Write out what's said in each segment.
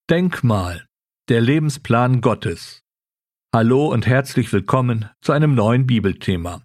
Denkmal, der Lebensplan Gottes. Hallo und herzlich willkommen zu einem neuen Bibelthema.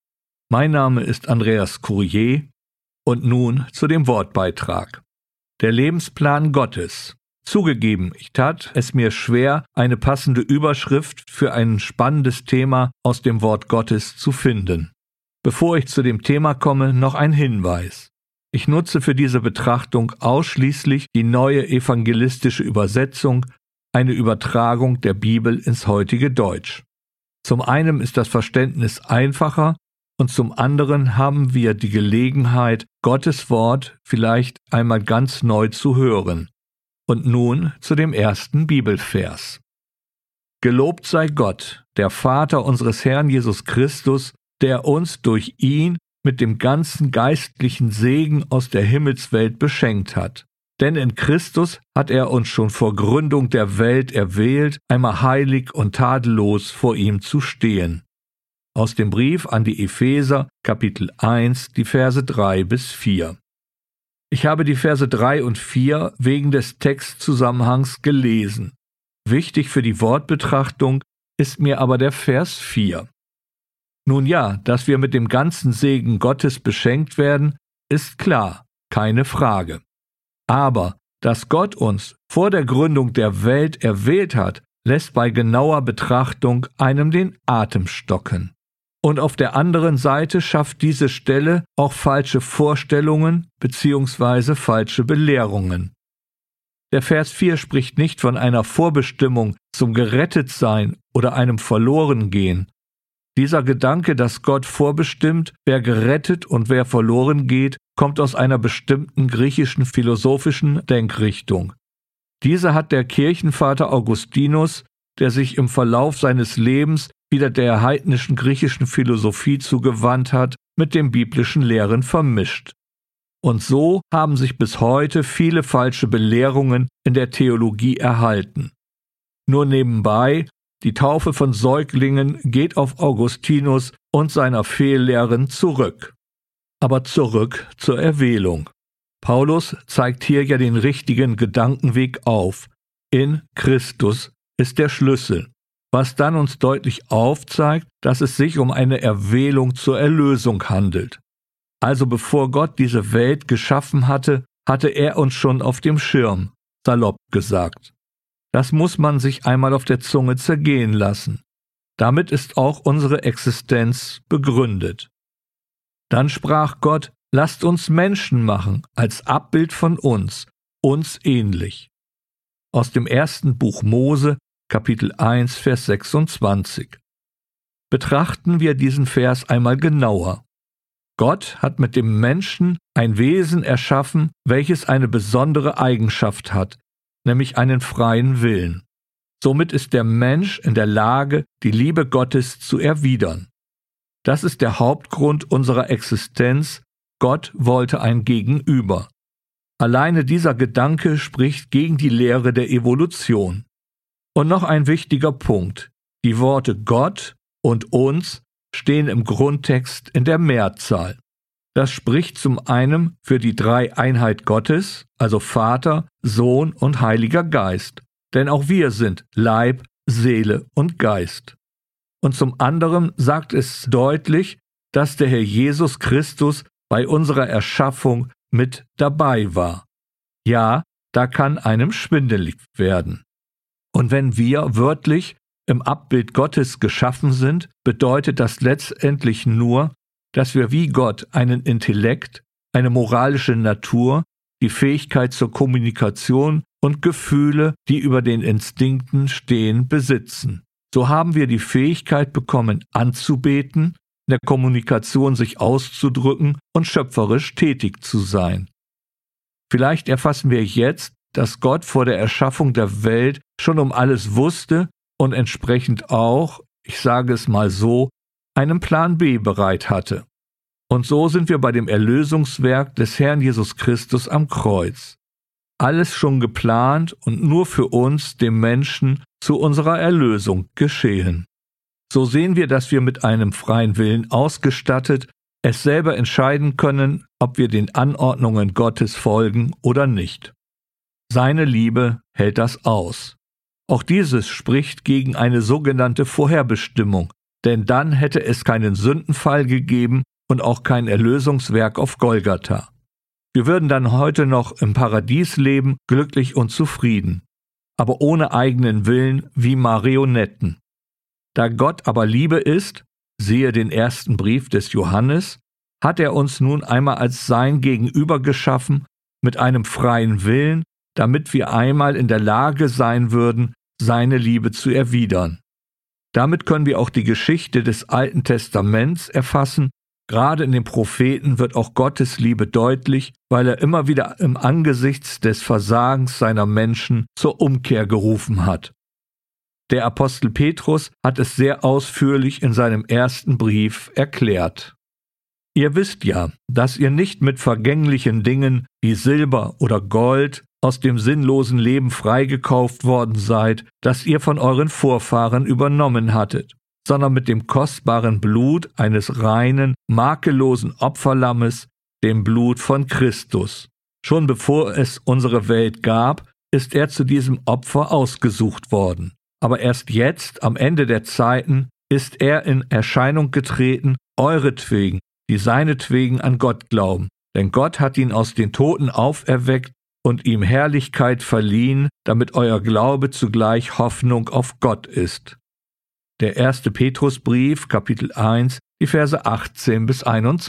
Mein Name ist Andreas Courier und nun zu dem Wortbeitrag. Der Lebensplan Gottes. Zugegeben, ich tat es mir schwer, eine passende Überschrift für ein spannendes Thema aus dem Wort Gottes zu finden. Bevor ich zu dem Thema komme, noch ein Hinweis. Ich nutze für diese Betrachtung ausschließlich die neue evangelistische Übersetzung, eine Übertragung der Bibel ins heutige Deutsch. Zum einen ist das Verständnis einfacher und zum anderen haben wir die Gelegenheit, Gottes Wort vielleicht einmal ganz neu zu hören. Und nun zu dem ersten Bibelvers. Gelobt sei Gott, der Vater unseres Herrn Jesus Christus, der uns durch ihn mit dem ganzen geistlichen Segen aus der Himmelswelt beschenkt hat. Denn in Christus hat er uns schon vor Gründung der Welt erwählt, einmal heilig und tadellos vor ihm zu stehen. Aus dem Brief an die Epheser, Kapitel 1, die Verse 3 bis 4. Ich habe die Verse 3 und 4 wegen des Textzusammenhangs gelesen. Wichtig für die Wortbetrachtung ist mir aber der Vers 4. Nun ja, dass wir mit dem ganzen Segen Gottes beschenkt werden, ist klar, keine Frage. Aber, dass Gott uns vor der Gründung der Welt erwählt hat, lässt bei genauer Betrachtung einem den Atem stocken. Und auf der anderen Seite schafft diese Stelle auch falsche Vorstellungen bzw. falsche Belehrungen. Der Vers 4 spricht nicht von einer Vorbestimmung zum Gerettetsein oder einem Verlorengehen. Dieser Gedanke, dass Gott vorbestimmt, wer gerettet und wer verloren geht, kommt aus einer bestimmten griechischen philosophischen Denkrichtung. Diese hat der Kirchenvater Augustinus, der sich im Verlauf seines Lebens wieder der heidnischen griechischen Philosophie zugewandt hat, mit den biblischen Lehren vermischt. Und so haben sich bis heute viele falsche Belehrungen in der Theologie erhalten. Nur nebenbei: Die Taufe von Säuglingen geht auf Augustinus und seiner Fehllehren zurück. Aber zurück zur Erwählung. Paulus zeigt hier ja den richtigen Gedankenweg auf. In Christus ist der Schlüssel, was dann uns deutlich aufzeigt, dass es sich um eine Erwählung zur Erlösung handelt. Also bevor Gott diese Welt geschaffen hatte, hatte er uns schon auf dem Schirm, salopp gesagt. Das muss man sich einmal auf der Zunge zergehen lassen. Damit ist auch unsere Existenz begründet. Dann sprach Gott: Lasst uns Menschen machen, als Abbild von uns ähnlich. Aus dem ersten Buch Mose, Kapitel 1, Vers 26. Betrachten wir diesen Vers einmal genauer. Gott hat mit dem Menschen ein Wesen erschaffen, welches eine besondere Eigenschaft hat, nämlich einen freien Willen. Somit ist der Mensch in der Lage, die Liebe Gottes zu erwidern. Das ist der Hauptgrund unserer Existenz. Gott wollte ein Gegenüber. Alleine dieser Gedanke spricht gegen die Lehre der Evolution. Und noch ein wichtiger Punkt: Die Worte Gott und uns stehen im Grundtext in der Mehrzahl. Das spricht zum einen für die Dreieinheit Gottes, also Vater, Sohn und Heiliger Geist, denn auch wir sind Leib, Seele und Geist. Und zum anderen sagt es deutlich, dass der Herr Jesus Christus bei unserer Erschaffung mit dabei war. Ja, da kann einem schwindelig werden. Und wenn wir wörtlich im Abbild Gottes geschaffen sind, bedeutet das letztendlich nur, dass wir wie Gott einen Intellekt, eine moralische Natur, die Fähigkeit zur Kommunikation und Gefühle, die über den Instinkten stehen, besitzen. So haben wir die Fähigkeit bekommen, anzubeten, in der Kommunikation sich auszudrücken und schöpferisch tätig zu sein. Vielleicht erfassen wir jetzt, dass Gott vor der Erschaffung der Welt schon um alles wusste und entsprechend auch, ich sage es mal so, einen Plan B bereit hatte. Und so sind wir bei dem Erlösungswerk des Herrn Jesus Christus am Kreuz. Alles schon geplant und nur für uns, dem Menschen, zu unserer Erlösung geschehen. So sehen wir, dass wir mit einem freien Willen ausgestattet es selber entscheiden können, ob wir den Anordnungen Gottes folgen oder nicht. Seine Liebe hält das aus. Auch dieses spricht gegen eine sogenannte Vorherbestimmung, denn dann hätte es keinen Sündenfall gegeben und auch kein Erlösungswerk auf Golgatha. Wir würden dann heute noch im Paradies leben, glücklich und zufrieden, aber ohne eigenen Willen wie Marionetten. Da Gott aber Liebe ist, siehe den ersten Brief des Johannes, hat er uns nun einmal als sein Gegenüber geschaffen, mit einem freien Willen, damit wir einmal in der Lage sein würden, seine Liebe zu erwidern. Damit können wir auch die Geschichte des Alten Testaments erfassen. Gerade in den Propheten wird auch Gottes Liebe deutlich, weil er immer wieder im Angesicht des Versagens seiner Menschen zur Umkehr gerufen hat. Der Apostel Petrus hat es sehr ausführlich in seinem ersten Brief erklärt. Ihr wisst ja, dass ihr nicht mit vergänglichen Dingen wie Silber oder Gold aus dem sinnlosen Leben freigekauft worden seid, das ihr von euren Vorfahren übernommen hattet, sondern mit dem kostbaren Blut eines reinen, makellosen Opferlammes, dem Blut von Christus. Schon bevor es unsere Welt gab, ist er zu diesem Opfer ausgesucht worden. Aber erst jetzt, am Ende der Zeiten, ist er in Erscheinung getreten, euretwegen, die seinetwegen an Gott glauben. Denn Gott hat ihn aus den Toten auferweckt und ihm Herrlichkeit verliehen, damit euer Glaube zugleich Hoffnung auf Gott ist. Der 1. Petrusbrief, Kapitel 1, die Verse 18 bis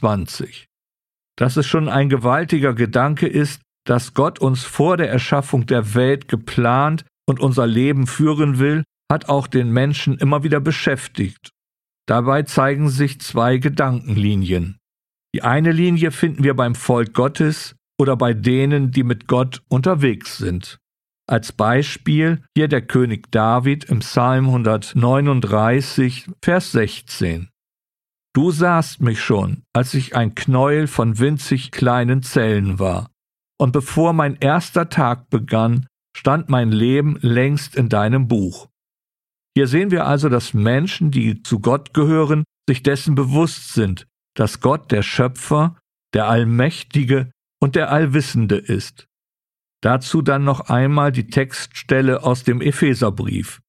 21. Dass es schon ein gewaltiger Gedanke ist, dass Gott uns vor der Erschaffung der Welt geplant und unser Leben führen will, hat auch den Menschen immer wieder beschäftigt. Dabei zeigen sich zwei Gedankenlinien. Die eine Linie finden wir beim Volk Gottes oder bei denen, die mit Gott unterwegs sind. Als Beispiel hier der König David im Psalm 139, Vers 16. Du sahst mich schon, als ich ein Knäuel von winzig kleinen Zellen war. Und bevor mein erster Tag begann, stand mein Leben längst in deinem Buch. Hier sehen wir also, dass Menschen, die zu Gott gehören, sich dessen bewusst sind, dass Gott der Schöpfer, der Allmächtige und der Allwissende ist. Dazu dann noch einmal die Textstelle aus dem Epheserbrief.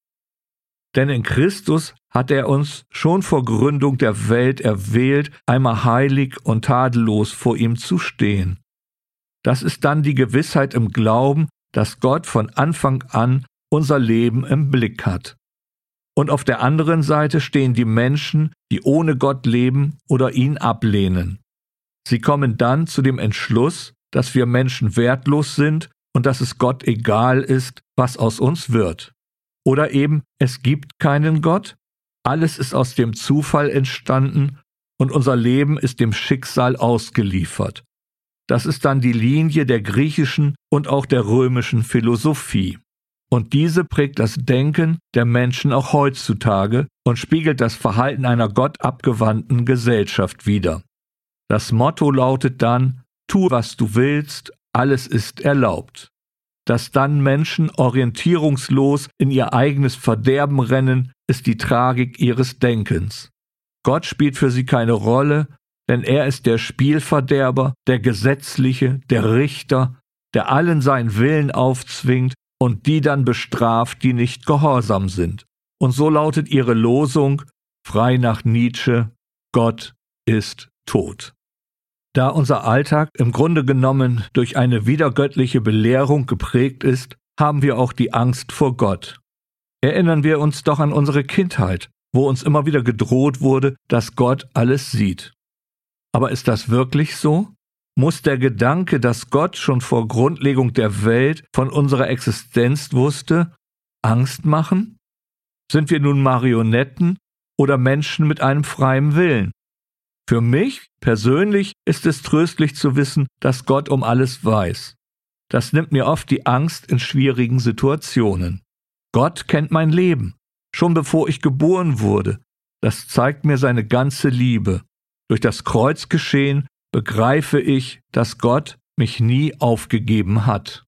Denn in Christus hat er uns schon vor Gründung der Welt erwählt, einmal heilig und tadellos vor ihm zu stehen. Das ist dann die Gewissheit im Glauben, dass Gott von Anfang an unser Leben im Blick hat. Und auf der anderen Seite stehen die Menschen, die ohne Gott leben oder ihn ablehnen. Sie kommen dann zu dem Entschluss, dass wir Menschen wertlos sind und dass es Gott egal ist, was aus uns wird. Oder eben, es gibt keinen Gott, alles ist aus dem Zufall entstanden und unser Leben ist dem Schicksal ausgeliefert. Das ist dann die Linie der griechischen und auch der römischen Philosophie. Und diese prägt das Denken der Menschen auch heutzutage und spiegelt das Verhalten einer gottabgewandten Gesellschaft wider. Das Motto lautet dann, tu, was du willst, alles ist erlaubt. Dass dann Menschen orientierungslos in ihr eigenes Verderben rennen, ist die Tragik ihres Denkens. Gott spielt für sie keine Rolle, denn er ist der Spielverderber, der Gesetzliche, der Richter, der allen seinen Willen aufzwingt und die dann bestraft, die nicht gehorsam sind. Und so lautet ihre Losung, frei nach Nietzsche, Gott ist tot. Da unser Alltag im Grunde genommen durch eine widergöttliche Belehrung geprägt ist, haben wir auch die Angst vor Gott. Erinnern wir uns doch an unsere Kindheit, wo uns immer wieder gedroht wurde, dass Gott alles sieht. Aber ist das wirklich so? Muss der Gedanke, dass Gott schon vor Grundlegung der Welt von unserer Existenz wusste, Angst machen? Sind wir nun Marionetten oder Menschen mit einem freien Willen? Für mich persönlich ist es tröstlich zu wissen, dass Gott um alles weiß. Das nimmt mir oft die Angst in schwierigen Situationen. Gott kennt mein Leben, schon bevor ich geboren wurde. Das zeigt mir seine ganze Liebe. Durch das Kreuzgeschehen begreife ich, dass Gott mich nie aufgegeben hat.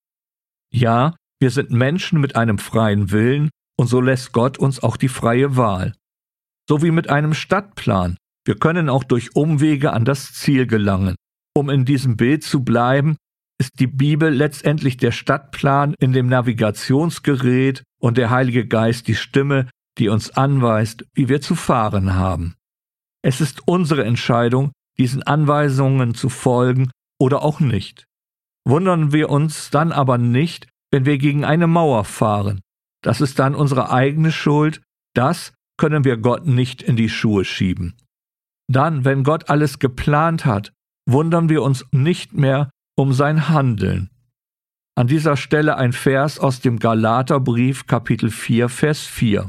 Ja, wir sind Menschen mit einem freien Willen und so lässt Gott uns auch die freie Wahl. So wie mit einem Stadtplan. Wir können auch durch Umwege an das Ziel gelangen. Um in diesem Bild zu bleiben, ist die Bibel letztendlich der Stadtplan in dem Navigationsgerät und der Heilige Geist die Stimme, die uns anweist, wie wir zu fahren haben. Es ist unsere Entscheidung, diesen Anweisungen zu folgen oder auch nicht. Wundern wir uns dann aber nicht, wenn wir gegen eine Mauer fahren. Das ist dann unsere eigene Schuld, das können wir Gott nicht in die Schuhe schieben. Dann, wenn Gott alles geplant hat, wundern wir uns nicht mehr um sein Handeln. An dieser Stelle ein Vers aus dem Galaterbrief, Kapitel 4, Vers 4.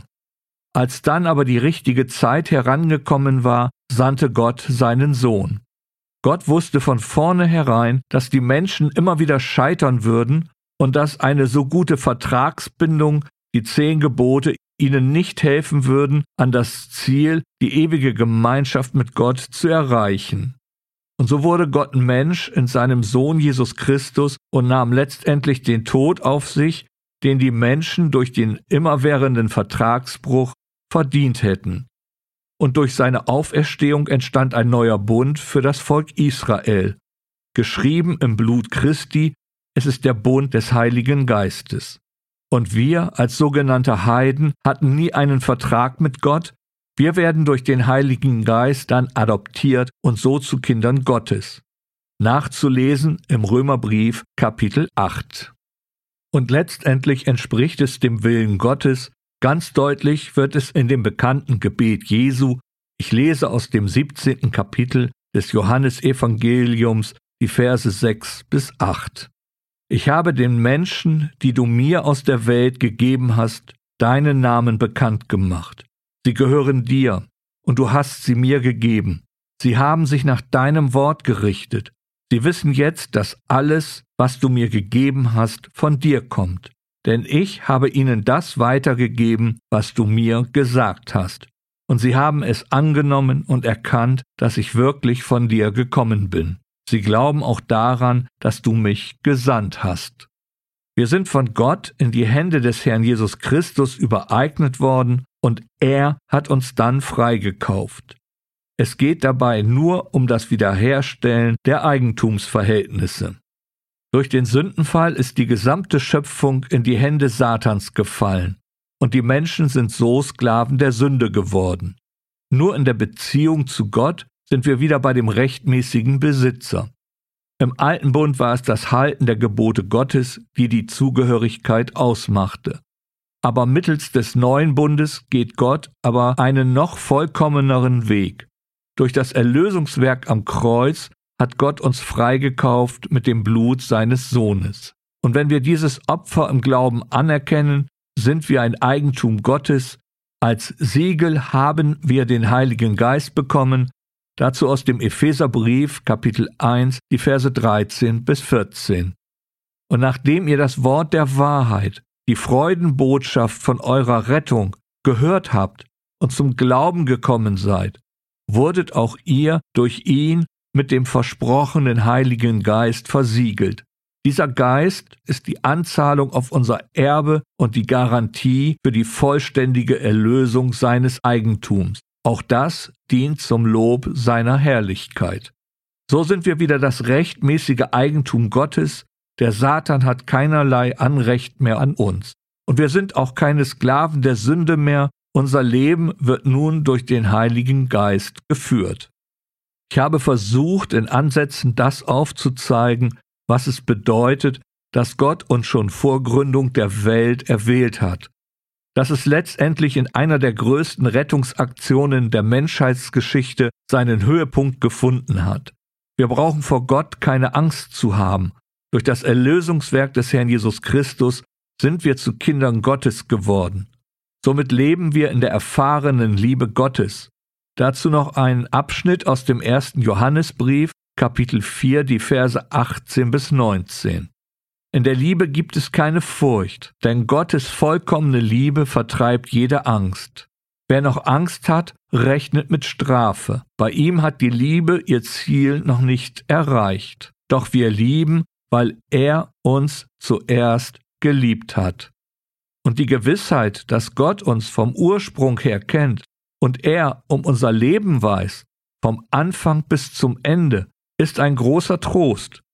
Als dann aber die richtige Zeit herangekommen war, sandte Gott seinen Sohn. Gott wusste von vornherein, dass die Menschen immer wieder scheitern würden und dass eine so gute Vertragsbindung, die 10 Gebote, ihnen nicht helfen würden, an das Ziel, die ewige Gemeinschaft mit Gott zu erreichen. Und so wurde Gott Mensch in seinem Sohn Jesus Christus und nahm letztendlich den Tod auf sich, den die Menschen durch den immerwährenden Vertragsbruch verdient hätten. Und durch seine Auferstehung entstand ein neuer Bund für das Volk Israel. Geschrieben im Blut Christi, es ist der Bund des Heiligen Geistes. Und wir als sogenannte Heiden hatten nie einen Vertrag mit Gott. Wir werden durch den Heiligen Geist dann adoptiert und so zu Kindern Gottes. Nachzulesen im Römerbrief Kapitel 8. Und letztendlich entspricht es dem Willen Gottes. Ganz deutlich wird es in dem bekannten Gebet Jesu. Ich lese aus dem 17. Kapitel des Johannesevangeliums die Verse 6 bis 8. Ich habe den Menschen, die du mir aus der Welt gegeben hast, deinen Namen bekannt gemacht. Sie gehören dir, und du hast sie mir gegeben. Sie haben sich nach deinem Wort gerichtet. Sie wissen jetzt, dass alles, was du mir gegeben hast, von dir kommt. Denn ich habe ihnen das weitergegeben, was du mir gesagt hast. Und sie haben es angenommen und erkannt, dass ich wirklich von dir gekommen bin. Sie glauben auch daran, dass du mich gesandt hast. Wir sind von Gott in die Hände des Herrn Jesus Christus übereignet worden und er hat uns dann freigekauft. Es geht dabei nur um das Wiederherstellen der Eigentumsverhältnisse. Durch den Sündenfall ist die gesamte Schöpfung in die Hände Satans gefallen und die Menschen sind so Sklaven der Sünde geworden. Nur in der Beziehung zu Gott sind wir wieder bei dem rechtmäßigen Besitzer. Im Alten Bund war es das Halten der Gebote Gottes, die die Zugehörigkeit ausmachte. Aber mittels des neuen Bundes geht Gott aber einen noch vollkommeneren Weg. Durch das Erlösungswerk am Kreuz hat Gott uns freigekauft mit dem Blut seines Sohnes. Und wenn wir dieses Opfer im Glauben anerkennen, sind wir ein Eigentum Gottes. Als Siegel haben wir den Heiligen Geist bekommen. Dazu aus dem Epheserbrief, Kapitel 1, die Verse 13 bis 14. Und nachdem ihr das Wort der Wahrheit, die Freudenbotschaft von eurer Rettung, gehört habt und zum Glauben gekommen seid, wurdet auch ihr durch ihn mit dem versprochenen Heiligen Geist versiegelt. Dieser Geist ist die Anzahlung auf unser Erbe und die Garantie für die vollständige Erlösung seines Eigentums. Auch das dient zum Lob seiner Herrlichkeit. So sind wir wieder das rechtmäßige Eigentum Gottes. Der Satan hat keinerlei Anrecht mehr an uns. Und wir sind auch keine Sklaven der Sünde mehr. Unser Leben wird nun durch den Heiligen Geist geführt. Ich habe versucht, in Ansätzen das aufzuzeigen, was es bedeutet, dass Gott uns schon vor Gründung der Welt erwählt hat. Dass es letztendlich in einer der größten Rettungsaktionen der Menschheitsgeschichte seinen Höhepunkt gefunden hat. Wir brauchen vor Gott keine Angst zu haben. Durch das Erlösungswerk des Herrn Jesus Christus sind wir zu Kindern Gottes geworden. Somit leben wir in der erfahrenen Liebe Gottes. Dazu noch ein Abschnitt aus dem 1. Johannesbrief, Kapitel 4, die Verse 18 bis 19. In der Liebe gibt es keine Furcht, denn Gottes vollkommene Liebe vertreibt jede Angst. Wer noch Angst hat, rechnet mit Strafe. Bei ihm hat die Liebe ihr Ziel noch nicht erreicht. Doch wir lieben, weil er uns zuerst geliebt hat. Und die Gewissheit, dass Gott uns vom Ursprung her kennt und er um unser Leben weiß, vom Anfang bis zum Ende, ist ein großer Trost.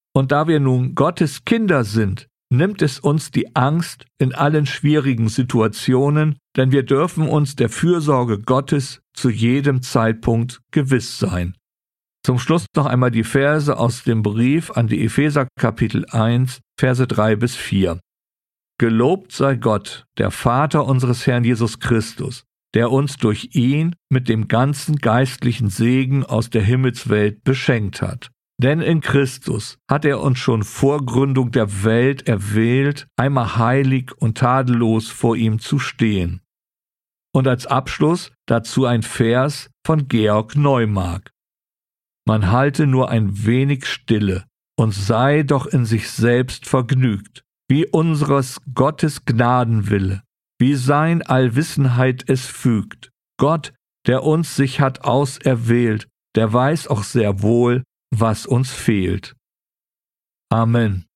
Und da wir nun Gottes Kinder sind, nimmt es uns die Angst in allen schwierigen Situationen, denn wir dürfen uns der Fürsorge Gottes zu jedem Zeitpunkt gewiss sein. Zum Schluss noch einmal die Verse aus dem Brief an die Epheser Kapitel 1, Verse 3 bis 4. Gelobt sei Gott, der Vater unseres Herrn Jesus Christus, der uns durch ihn mit dem ganzen geistlichen Segen aus der Himmelswelt beschenkt hat. Denn in Christus hat er uns schon vor Gründung der Welt erwählt, einmal heilig und tadellos vor ihm zu stehen. Und als Abschluss dazu ein Vers von Georg Neumark. Man halte nur ein wenig Stille und sei doch in sich selbst vergnügt, wie unseres Gottes Gnadenwille, wie sein Allwissenheit es fügt. Gott, der uns sich hat auserwählt, der weiß auch sehr wohl, was uns fehlt. Amen.